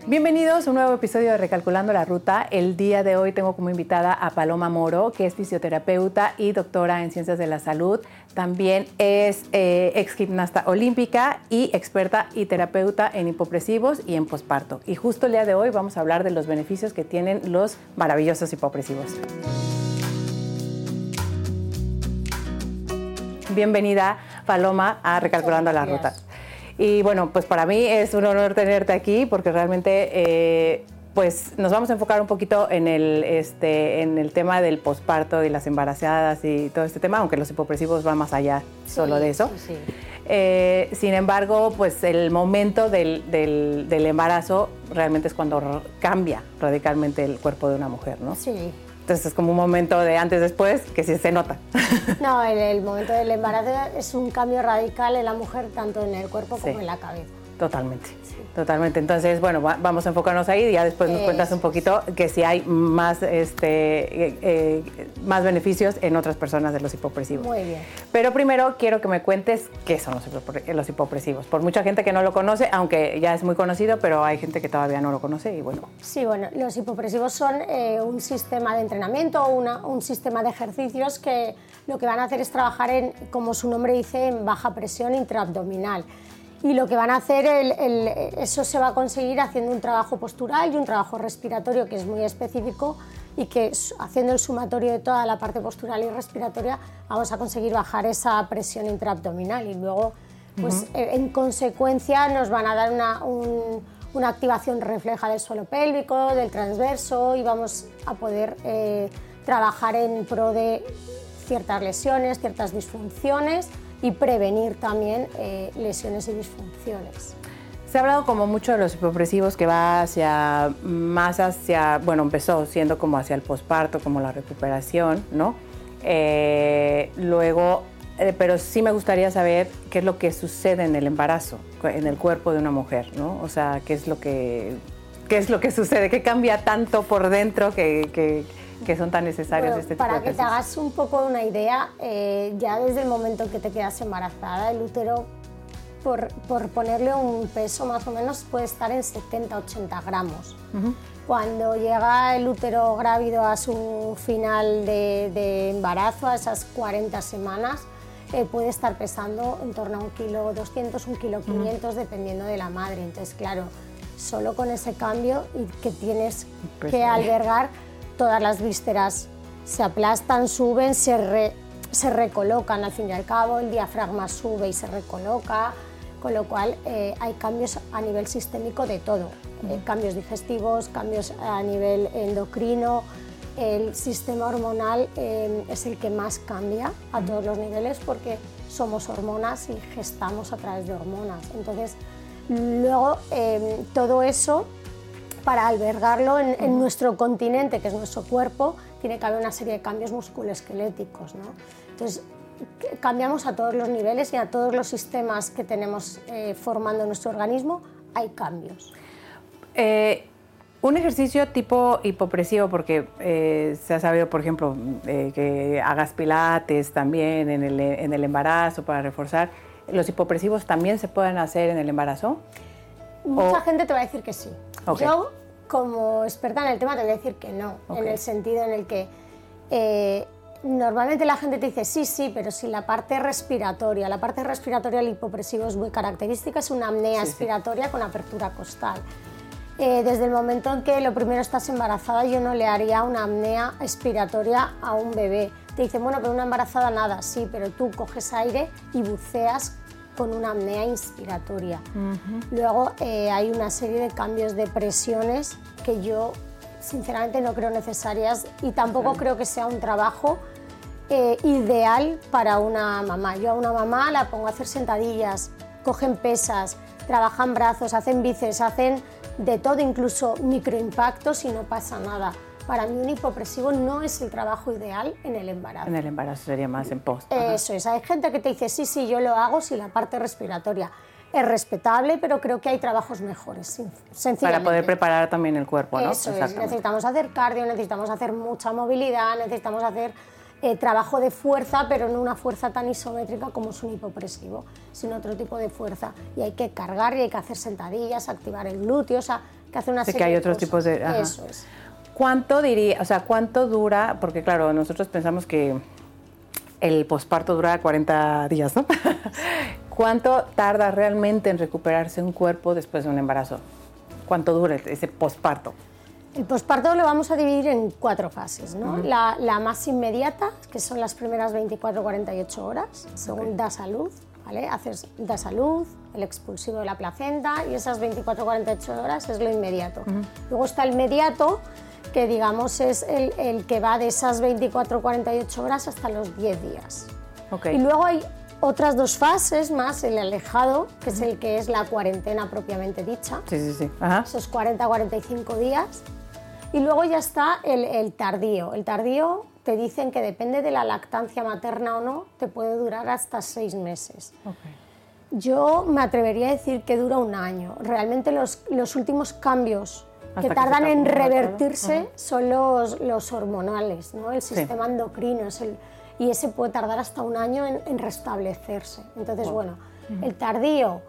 Bienvenidos a un nuevo episodio de Recalculando la Ruta. El día de hoy tengo como invitada a Paloma Moro, que es fisioterapeuta y doctora en Ciencias de la Salud. También es ex gimnasta olímpica y experta y terapeuta en hipopresivos y en posparto. Y justo el día de hoy vamos a hablar de los beneficios que tienen los maravillosos hipopresivos. Bienvenida, Paloma, a Recalculando la Ruta. Y bueno, pues para mí es un honor tenerte aquí porque realmente pues nos vamos a enfocar un poquito en el tema del posparto y las embarazadas y todo este tema, aunque los hipopresivos van más allá solo de eso. Sí. Sin embargo, pues el momento del embarazo realmente es cuando cambia radicalmente el cuerpo de una mujer, ¿no? Sí. Entonces es como un momento de antes-después que sí se nota. No, el momento del embarazo es un cambio radical en la mujer, tanto en el cuerpo como en la cabeza. Totalmente. Totalmente. Entonces, bueno, vamos a enfocarnos ahí y ya después nos cuentas un poquito que si hay más, más beneficios en otras personas de los hipopresivos. Muy bien. Pero primero quiero que me cuentes qué son los hipopresivos. Por mucha gente que no lo conoce, aunque ya es muy conocido, pero hay gente que todavía no lo conoce y bueno. Sí, bueno, los hipopresivos son un sistema de entrenamiento, un sistema de ejercicios que lo que van a hacer es trabajar en, como su nombre dice, en baja presión intraabdominal. Y lo que van a hacer, eso se va a conseguir haciendo un trabajo postural y un trabajo respiratorio que es muy específico y que haciendo el sumatorio de toda la parte postural y respiratoria vamos a conseguir bajar esa presión intraabdominal y luego, pues, en consecuencia nos van a dar una activación refleja del suelo pélvico, del transverso y vamos a poder trabajar en pro de ciertas lesiones, ciertas disfunciones y prevenir también lesiones y disfunciones. Se ha hablado como mucho de los hipopresivos que va bueno, empezó siendo como hacia el posparto, como la recuperación, ¿no? Pero sí me gustaría saber qué es lo que sucede en el embarazo, en el cuerpo de una mujer, ¿no? O sea, qué es lo que sucede, qué cambia tanto por dentro que son tan necesarios este tipo de Para que te ejercicios. hagas un poco una idea, ya desde el momento en que te quedas embarazada, el útero, por ponerle un peso más o menos, puede estar en 70-80 gramos. Cuando llega el útero grávido a su final de embarazo, a esas 40 semanas, puede estar pesando en torno a 1,2 kg, 1,5 kg, dependiendo de la madre. Entonces, claro, solo con ese cambio y que tienes que albergar, todas las vísceras se aplastan, suben, se recolocan al fin y al cabo, el diafragma sube y se recoloca, con lo cual hay cambios a nivel sistémico de todo, cambios digestivos, cambios a nivel endocrino, el sistema hormonal es el que más cambia a todos los niveles porque somos hormonas y gestamos a través de hormonas. Entonces, luego todo eso, para albergarlo en nuestro continente, que es nuestro cuerpo, tiene que haber una serie de cambios musculoesqueléticos, ¿no? Entonces, cambiamos a todos los niveles y a todos los sistemas que tenemos formando nuestro organismo, hay cambios. Un ejercicio tipo hipopresivo, porque se ha sabido, por ejemplo, que hagas pilates también en el embarazo para reforzar. ¿Los hipopresivos también se pueden hacer en el embarazo? Mucha gente te va a decir que sí. Okay. Yo, como experta en el tema, te voy a decir que no, en el sentido en el que normalmente la gente te dice sí, pero si la parte respiratoria del hipopresivo es muy característica, es una apnea expiratoria con apertura costal. Desde el momento en que lo primero estás embarazada, yo no le haría una apnea expiratoria a un bebé. Te dicen, bueno, pero una embarazada nada, sí, pero tú coges aire y buceas con una apnea inspiratoria. Luego hay una serie de cambios de presiones que yo sinceramente no creo necesarias y tampoco creo que sea un trabajo ideal para una mamá. Yo a una mamá la pongo a hacer sentadillas, cogen pesas, trabajan brazos, hacen bíceps, hacen de todo, incluso microimpactos y no pasa nada. Para mí un hipopresivo no es el trabajo ideal en el embarazo. En el embarazo sería más en post. Eso es, hay gente que te dice sí, yo lo hago si la parte respiratoria es respetable, pero creo que hay trabajos mejores, sencillamente. Para poder preparar también el cuerpo, ¿no? Eso es, necesitamos hacer cardio, necesitamos hacer mucha movilidad, necesitamos hacer trabajo de fuerza, pero no una fuerza tan isométrica como es un hipopresivo, sino otro tipo de fuerza. Y hay que cargar y hay que hacer sentadillas, activar el glúteo, o sea, que hace una Sí, serie que hay de otros cosas. tipos de... Ajá. Eso es. ¿Cuánto dura? Porque claro, nosotros pensamos que el posparto dura 40 días, ¿no? ¿Cuánto tarda realmente en recuperarse un cuerpo después de un embarazo? ¿Cuánto dura ese posparto? El posparto lo vamos a dividir en 4 fases, ¿no? La más inmediata, que son las primeras 24-48 horas, según da salud, ¿vale? Da salud, el expulsivo de la placenta, y esas 24-48 horas es lo inmediato. Luego está el mediato, que digamos es el que va de esas 24-48 horas hasta los 10 días. Okay. Y luego hay otras 2 fases más, el alejado, que es el que es la cuarentena propiamente dicha, Sí. Ajá. esos 40-45 días. Y luego ya está el tardío. El tardío te dicen que depende de la lactancia materna o no, te puede durar hasta 6 meses. Okay. Yo me atrevería a decir que dura 1 año. Realmente los últimos cambios Hasta que que tardan se en está revertirse son los hormonales, ¿no? El sistema endocrino y ese puede tardar hasta 1 año en restablecerse. Entonces, bueno, el tardío,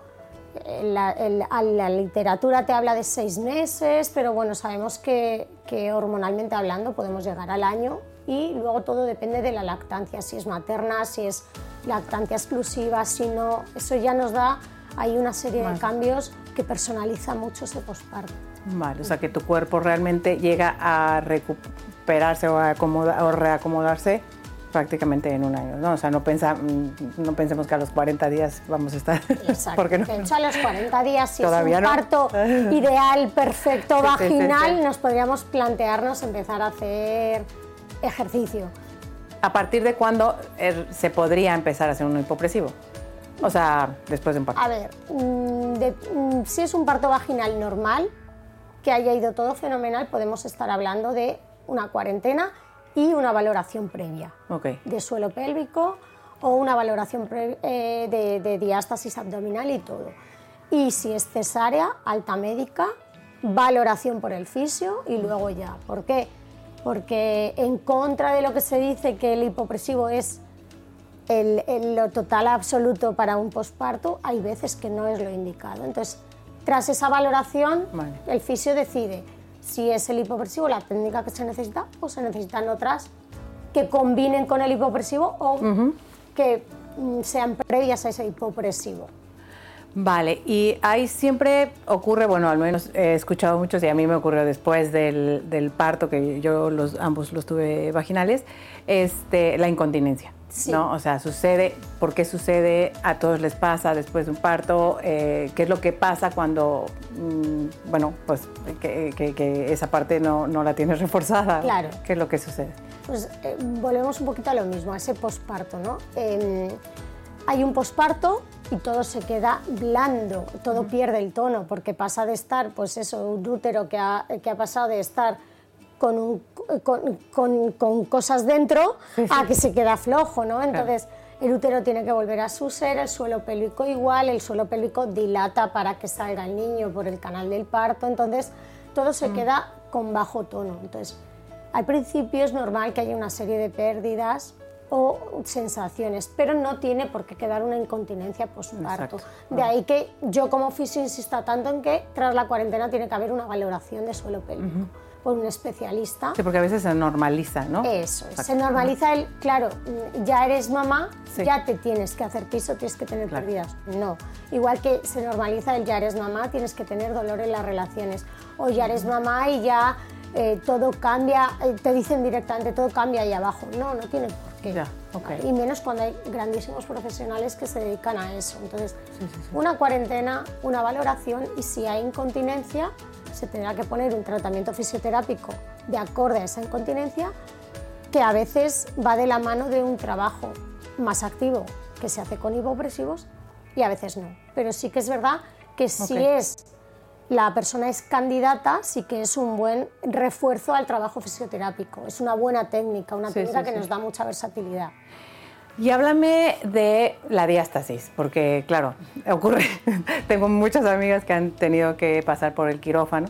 la literatura te habla de 6 meses, pero bueno, sabemos que hormonalmente hablando podemos llegar al año, y luego todo depende de la lactancia, si es materna, si es lactancia exclusiva, si no, eso ya nos da ahí una serie de cambios que personaliza mucho ese posparto. Vale, o sea que tu cuerpo realmente llega a recuperarse o reacomodarse prácticamente en 1 año, ¿no? O sea, no pensemos que a los 40 días vamos a estar... Exacto. Porque no, de hecho, a los 40 días, si todavía es un no. parto ideal, perfecto, Sí, vaginal, nos podríamos plantearnos empezar a hacer ejercicio. ¿A partir de cuándo se podría empezar a hacer un hipopresivo? O sea, después de un parto. A ver, si es un parto vaginal normal, que haya ido todo fenomenal, podemos estar hablando de una cuarentena y una valoración previa de suelo pélvico o una valoración de diástasis abdominal y todo. Y si es cesárea, alta médica, valoración por el fisio y luego ya. ¿Por qué? Porque en contra de lo que se dice que el hipopresivo es lo total absoluto para un posparto, hay veces que no es lo indicado. Entonces, tras esa valoración, el fisio decide si es el hipopresivo la técnica que se necesita o se necesitan otras que combinen con el hipopresivo o que sean previas a ese hipopresivo. Vale, y ahí siempre ocurre, bueno, al menos he escuchado muchos y a mí me ocurrió después del parto, que yo ambos los tuve vaginales, la incontinencia. Sí. ¿No? O sea, ¿por qué sucede? ¿A todos les pasa después de un parto? ¿Qué es lo que pasa cuando, bueno, pues que esa parte no la tienes reforzada? Claro. ¿Qué es lo que sucede? Pues volvemos un poquito a lo mismo, a ese posparto, ¿no? Hay un posparto y todo se queda blando, todo pierde el tono, porque pasa de estar, pues eso, un útero que ha pasado de estar con cosas dentro a que se queda flojo, ¿no? Entonces, el útero tiene que volver a su ser, el suelo pélvico igual, el suelo pélvico dilata para que salga el niño por el canal del parto, entonces todo se queda con bajo tono. Entonces, al principio es normal que haya una serie de pérdidas o sensaciones, pero no tiene por qué quedar una incontinencia postparto. De ahí que yo como fisio insista tanto en que tras la cuarentena tiene que haber una valoración de suelo pélvico por un especialista. Sí, porque a veces se normaliza, ¿no? Eso, se normaliza claro, ya eres mamá, ya te tienes que hacer piso, tienes que tener pérdidas. No, igual que se normaliza ya eres mamá, tienes que tener dolor en las relaciones, o ya eres mamá y ya todo cambia, te dicen directamente todo cambia ahí abajo. No, no tiene por qué. Ya, Y menos cuando hay grandísimos profesionales que se dedican a eso. Entonces, una cuarentena, una valoración, y si hay incontinencia, se tendrá que poner un tratamiento fisioterápico de acorde a esa incontinencia, que a veces va de la mano de un trabajo más activo que se hace con hipopresivos y a veces no. Pero sí que es verdad que si la persona es candidata, sí que es un buen refuerzo al trabajo fisioterápico. Es una buena técnica, una técnica que nos da mucha versatilidad. Y háblame de la diástasis, porque claro, ocurre, tengo muchas amigas que han tenido que pasar por el quirófano,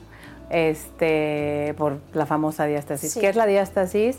por la famosa diástasis. ¿Qué es la diástasis?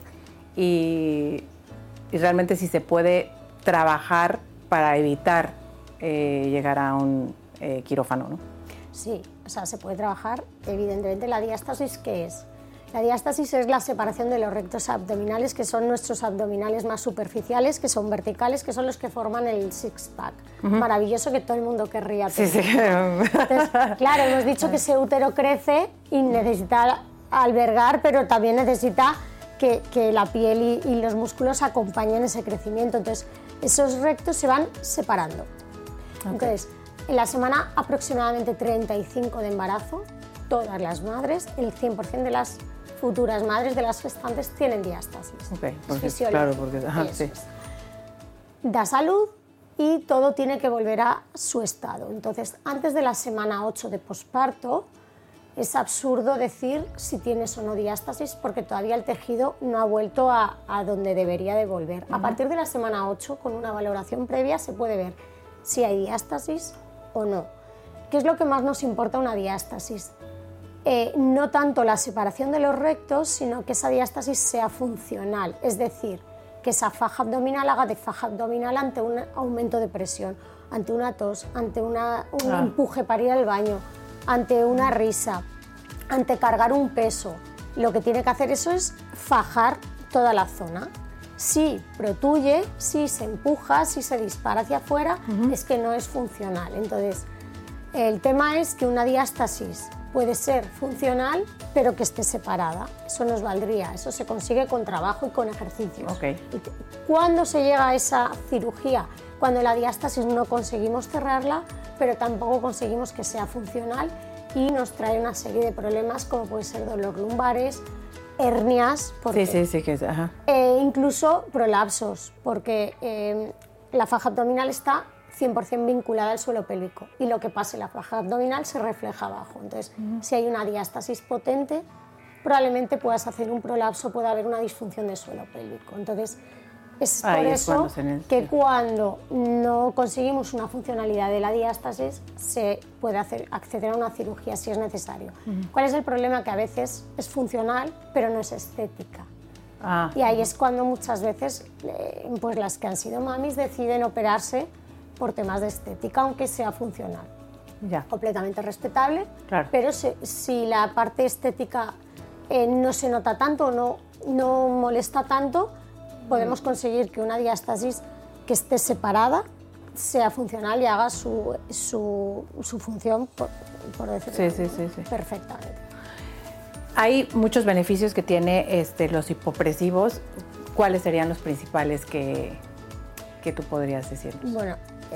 Y realmente si se puede trabajar para evitar llegar a un quirófano, ¿no? Sí, O sea, se puede trabajar, evidentemente, la diástasis, ¿qué es? La diástasis es la separación de los rectos abdominales, que son nuestros abdominales más superficiales, que son verticales, que son los que forman el six-pack. Maravilloso, que todo el mundo querría tener. Sí, sí. Entonces, claro, hemos dicho que ese útero crece y necesita albergar, pero también necesita que la piel y los músculos acompañen ese crecimiento. Entonces, esos rectos se van separando. Okay. Entonces, en la semana aproximadamente 35 de embarazo, todas las madres, el 100% de las futuras madres de las gestantes tienen diástasis. Okay, porque, claro, porque sí. Da salud y todo tiene que volver a su estado. Entonces, antes de la semana 8 de posparto, es absurdo decir si tienes o no diástasis porque todavía el tejido no ha vuelto a donde debería de volver. A partir de la semana 8, con una valoración previa, se puede ver si hay diástasis o no. ¿Qué es lo que más nos importa una diástasis? No tanto la separación de los rectos, sino que esa diástasis sea funcional, es decir, que esa faja abdominal haga de faja abdominal ante un aumento de presión, ante una tos, ante un empuje para ir al baño, ante una risa, ante cargar un peso. Lo que tiene que hacer eso es fajar toda la zona. Si protuye, si se empuja, si se dispara hacia afuera, es que no es funcional. Entonces, el tema es que una diástasis puede ser funcional, pero que esté separada. Eso nos valdría, eso se consigue con trabajo y con ejercicios. Okay. ¿Cuándo se llega a esa cirugía? Cuando la diástasis no conseguimos cerrarla, pero tampoco conseguimos que sea funcional y nos trae una serie de problemas como puede ser dolor lumbares, hernias, incluso prolapsos, porque la faja abdominal está 100% vinculada al suelo pélvico y lo que pase en la faja abdominal se refleja abajo. Entonces, si hay una diástasis potente, probablemente puedas hacer un prolapso, puede haber una disfunción del suelo pélvico. Entonces, es por eso que cuando no conseguimos una funcionalidad de la diástasis, se puede acceder a una cirugía si es necesario. ¿Cuál es el problema? Que a veces es funcional, pero no es estética. Y ahí es cuando muchas veces pues las que han sido mamis deciden operarse por temas de estética, aunque sea funcional. Ya. Completamente respetable, claro. Pero si la parte estética no se nota tanto, no molesta tanto, podemos conseguir que una diástasis que esté separada sea funcional y haga su función, por decirlo perfectamente. Hay muchos beneficios que tiene los hipopresivos. ¿Cuáles serían los principales que tú podrías decir? Bueno,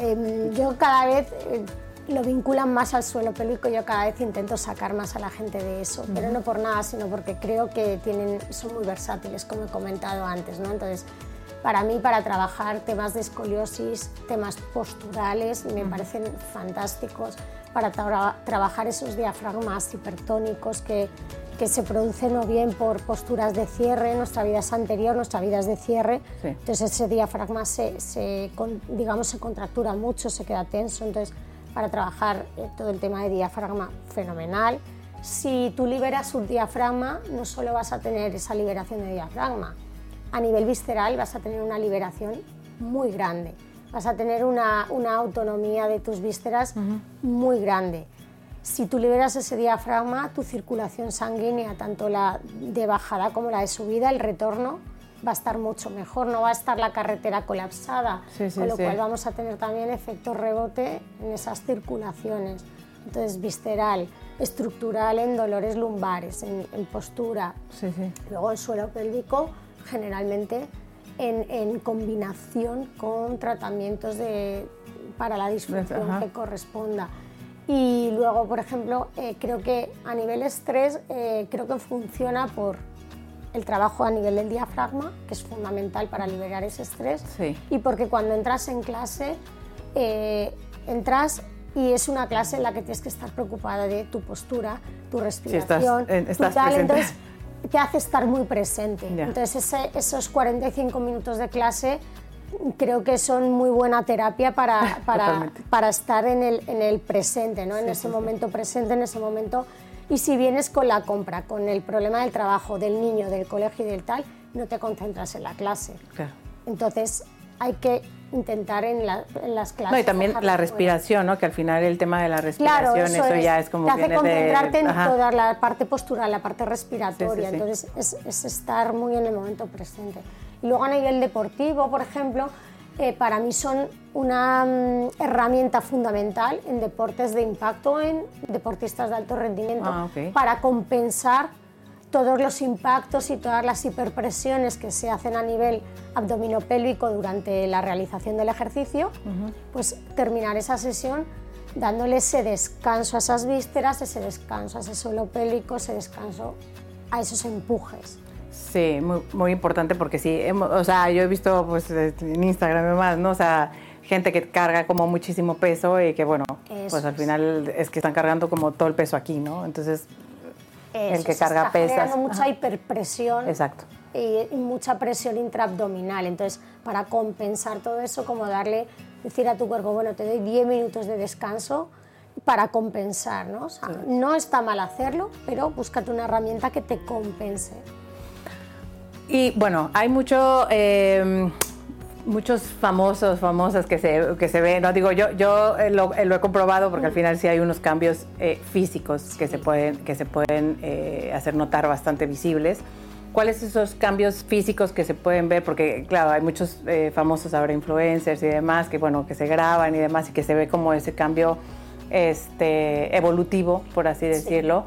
yo cada vez lo vinculan más al suelo pélvico, yo cada vez intento sacar más a la gente de eso, pero no por nada, sino porque creo que son muy versátiles, como he comentado antes, ¿no? Entonces, para mí, para trabajar temas de escoliosis, temas posturales, me parecen fantásticos, para trabajar esos diafragmas hipertónicos que se producen o bien por posturas de cierre, nuestra vida es anterior, nuestra vida es de cierre, entonces ese diafragma se contractura mucho, se queda tenso, entonces para trabajar todo el tema de diafragma, fenomenal. Si tú liberas un diafragma, no solo vas a tener esa liberación de diafragma, a nivel visceral vas a tener una liberación muy grande, vas a tener una autonomía de tus vísceras muy grande. Si tú liberas ese diafragma, tu circulación sanguínea, tanto la de bajada como la de subida, el retorno va a estar mucho mejor, no va a estar la carretera colapsada, con lo cual vamos a tener también efecto rebote en esas circulaciones. Entonces, visceral, estructural en dolores lumbares, en postura, luego el suelo pélvico, generalmente en combinación con tratamientos para la disfunción que corresponda. Y luego, por ejemplo, creo que a nivel estrés, creo que funciona por el trabajo a nivel del diafragma, que es fundamental para liberar ese estrés, y porque cuando entras en clase, entras y es una clase en la que tienes que estar preocupada de tu postura, tu respiración, estás tu tal, presente. entonces te hace estar muy presente. Ya. Entonces esos 45 minutos de clase creo que son muy buena terapia para estar en el presente, ¿no? En ese momento presente, en ese momento. Y si vienes con la compra, con el problema del trabajo, del niño, del colegio y del tal, no te concentras en la clase. Claro. Entonces hay que intentar en las clases. No, y también la respiración, ¿no? Que al final el tema de la respiración, claro, eso ya es como te hace concentrarte en Ajá. toda la parte postural, la parte respiratoria, Sí. entonces es estar muy en el momento presente. Y luego a nivel deportivo, por ejemplo, para mí son una herramienta fundamental en deportes de impacto, en deportistas de alto rendimiento, para compensar todos los impactos y todas las hiperpresiones que se hacen a nivel abdominopélvico durante la realización del ejercicio, pues terminar esa sesión dándole ese descanso a esas vísceras, ese descanso a ese suelo pélvico, ese descanso a esos empujes. Sí, muy importante porque sí, o sea, yo he visto pues en Instagram y demás, ¿no? O sea, gente que carga como muchísimo peso y que bueno, pues al final es que están cargando como todo el peso aquí, ¿no? Entonces, el que carga pesas. Está generando mucha hiperpresión. Exacto. Y mucha presión intraabdominal. Entonces, para compensar todo eso, como decir a tu cuerpo, bueno, te doy 10 minutos de descanso para compensar, ¿no? O sea, no está mal hacerlo, pero búscate una herramienta que te compense. Y bueno, hay muchos famosas que se ven, ¿no? Digo, yo lo he comprobado porque al final sí hay unos cambios físicos que se pueden hacer notar bastante visibles. ¿Cuáles son esos cambios físicos que se pueden ver? Porque, claro, hay muchos famosos ahora influencers y demás que, bueno, que se graban y demás y que se ve como ese cambio evolutivo, por así decirlo.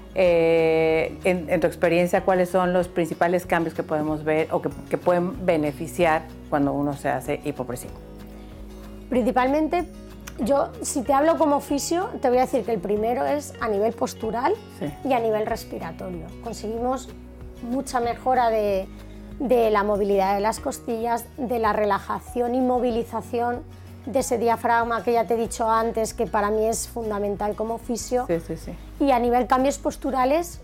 En tu experiencia, ¿cuáles son los principales cambios que podemos ver o que pueden beneficiar cuando uno se hace hipopresivo? Principalmente, yo, si te hablo como fisio, te voy a decir que el primero es a nivel postural y a nivel respiratorio. Conseguimos mucha mejora de la movilidad de las costillas, de la relajación y movilización de ese diafragma que ya te he dicho antes, que para mí es fundamental como fisio. Sí. Y a nivel cambios posturales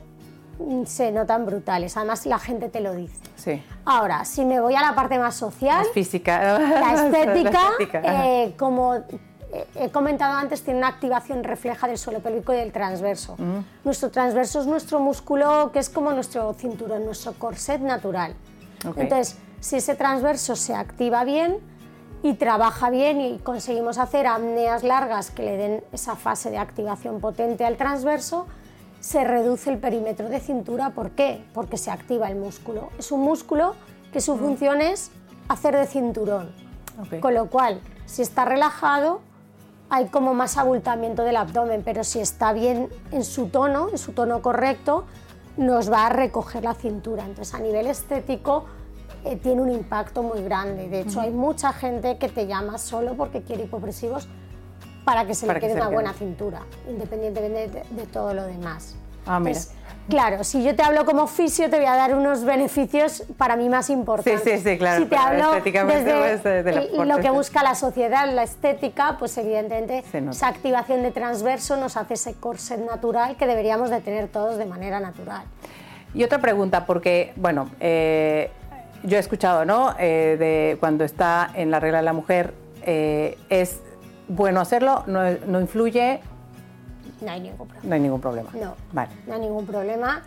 se notan brutales, además la gente te lo dice. Sí. Ahora, si me voy a la parte más social, más física, la estética, como he comentado antes, tiene una activación refleja del suelo pélvico y del transverso. Nuestro transverso es nuestro músculo que es como nuestro cinturón, nuestro corset natural. Entonces, si ese transverso se activa bien y trabaja bien y conseguimos hacer apneas largas que le den esa fase de activación potente al transverso, se reduce el perímetro de cintura. ¿Por qué? Porque se activa el músculo. Es un músculo que su función es hacer de cinturón. Con lo cual, si está relajado, hay como más abultamiento del abdomen, pero si está bien en su tono correcto, nos va a recoger la cintura. Entonces, a nivel estético, tiene un impacto muy grande. De hecho, hay mucha gente que te llama solo porque quiere hipopresivos para que se le quede una buena cintura, independientemente de todo lo demás. Entonces, claro, si yo te hablo como fisio, te voy a dar unos beneficios para mí más importantes. Sí, claro. Si te hablo desde lo que busca la sociedad, la estética, pues evidentemente esa activación de transverso nos hace ese corset natural que deberíamos de tener todos de manera natural. Y otra pregunta, porque, bueno, yo he escuchado, ¿no? De cuando está en la regla de la mujer, ¿es bueno hacerlo? ¿No influye? No hay ningún problema. No hay ningún problema. No, vale. No hay ningún problema.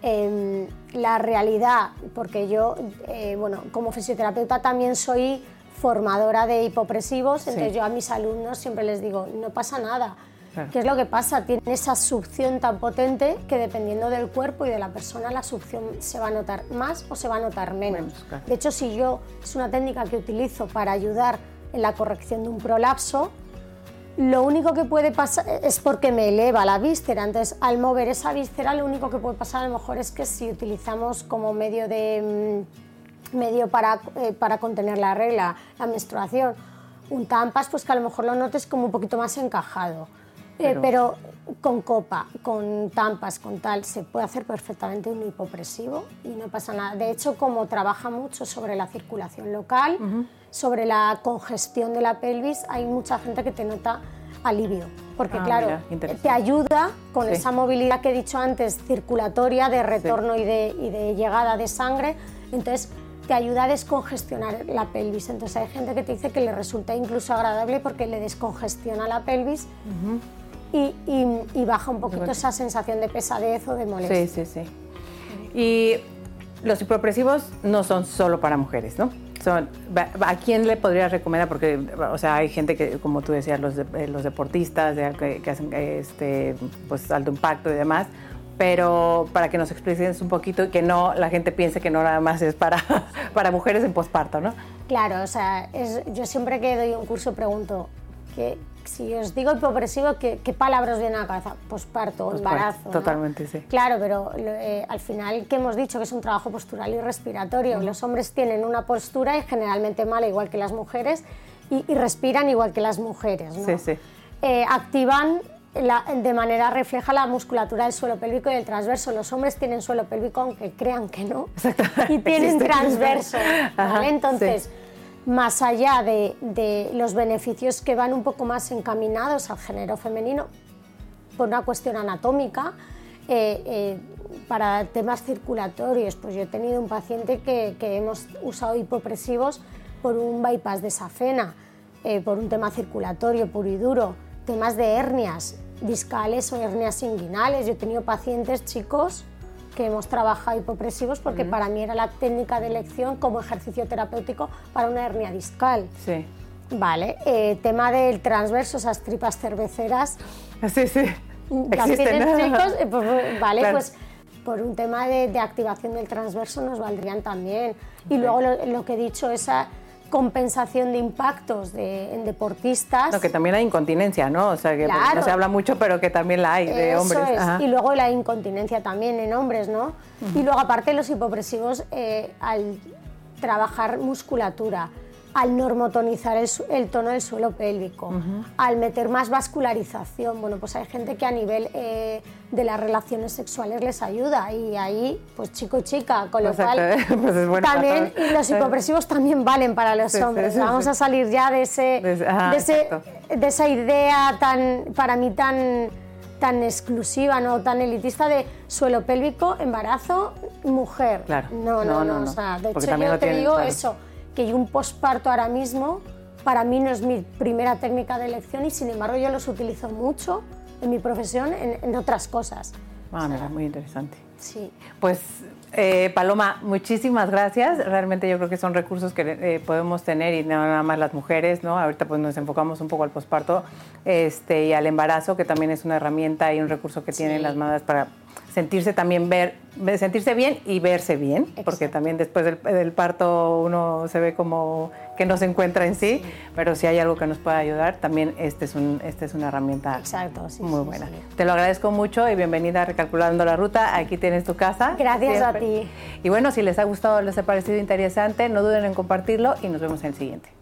La realidad, porque yo, bueno, como fisioterapeuta también soy formadora de hipopresivos, entonces yo a mis alumnos siempre les digo, no pasa nada. Claro. ¿Qué es lo que pasa? Tiene esa succión tan potente que dependiendo del cuerpo y de la persona, la succión se va a notar más o se va a notar menos. Claro. De hecho, si yo, es una técnica que utilizo para ayudar en la corrección de un prolapso, lo único que puede pasar es porque me eleva la víscera. Entonces, al mover esa víscera, lo único que puede pasar a lo mejor es que si utilizamos como medio para contener la regla, la menstruación, un Tampax, pues que a lo mejor lo notes como un poquito más encajado. Pero con copa, con Tampax, con tal, se puede hacer perfectamente un hipopresivo y no pasa nada. De hecho, como trabaja mucho sobre la circulación local, sobre la congestión de la pelvis, hay mucha gente que te nota alivio. Porque claro, te ayuda con esa movilidad que he dicho antes, circulatoria, de retorno y de llegada de sangre. Entonces, te ayuda a descongestionar la pelvis. Entonces, hay gente que te dice que le resulta incluso agradable porque le descongestiona la pelvis. Y baja un poquito esa sensación de pesadez o de molestia. Sí. Y los hipopresivos no son solo para mujeres, ¿no? ¿A quién le podrías recomendar? Porque, o sea, hay gente que, como tú decías, los deportistas que hacen pues alto impacto y demás, pero para que nos expliques un poquito y que no la gente piense que no nada más es para mujeres en posparto, ¿no? Claro, o sea, yo siempre que doy un curso pregunto que si os digo hipopresivo, ¿qué palabras vienen a la cabeza? Posparto, embarazo. Totalmente, ¿no? Sí. Claro, pero al final, ¿qué hemos dicho? Que es un trabajo postural y respiratorio. Los hombres tienen una postura y generalmente mala, igual que las mujeres, y respiran igual que las mujeres, ¿no? Sí, sí. Activan de manera refleja la musculatura del suelo pélvico y del transverso. Los hombres tienen suelo pélvico, aunque crean que no, y tienen transverso, ¿vale? Entonces, sí, más allá de los beneficios que van un poco más encaminados al género femenino, por una cuestión anatómica, para temas circulatorios, pues yo he tenido un paciente que hemos usado hipopresivos por un bypass de safena, por un tema circulatorio puro y duro, temas de hernias discales o hernias inguinales. Yo he tenido pacientes, chicos, que hemos trabajado hipopresivos porque para mí era la técnica de elección como ejercicio terapéutico para una hernia discal. Sí. Vale, tema del transverso, esas tripas cerveceras. Sí, sí. Las tienen, chicos, pues, vale, claro, pues por un tema de activación del transverso nos valdrían también. Y luego lo que he dicho, esa compensación de impactos en deportistas. No, que también hay incontinencia, ¿no? O sea, que claro, no se habla mucho, pero que también la hay de hombres. Eso es. Ajá. Y luego la incontinencia también en hombres, ¿no? Y luego, aparte, los hipopresivos, al trabajar musculatura, al normotonizar el tono del suelo pélvico, al meter más vascularización, bueno, pues hay gente que a nivel de las relaciones sexuales les ayuda, y ahí, pues chico y chica, con lo cual pues es bueno también, y los hipopresivos también valen para los hombres. Vamos a salir ya de esa idea para mí tan exclusiva, ¿no? Tan elitista de suelo pélvico, embarazo, mujer. Claro. No. O sea, de porque hecho yo te digo claro, eso, que un posparto ahora mismo para mí no es mi primera técnica de elección, y sin embargo yo los utilizo mucho en mi profesión en otras cosas. Mira, muy interesante. Sí. Pues Paloma, muchísimas gracias. Realmente yo creo que son recursos que podemos tener, y no nada más las mujeres, ¿no? Ahorita pues nos enfocamos un poco al posparto y al embarazo, que también es una herramienta y un recurso que tienen las madres para sentirse también sentirse bien y verse bien. Exacto. Porque también después del parto uno se ve como que no se encuentra en sí, pero si hay algo que nos pueda ayudar, también esta es una herramienta. Exacto, sí, muy buena. Sí. Te lo agradezco mucho y bienvenida a Recalculando la Ruta. Aquí tienes tu casa. Gracias siempre a ti. Y bueno, si les ha gustado, les ha parecido interesante, no duden en compartirlo y nos vemos en el siguiente.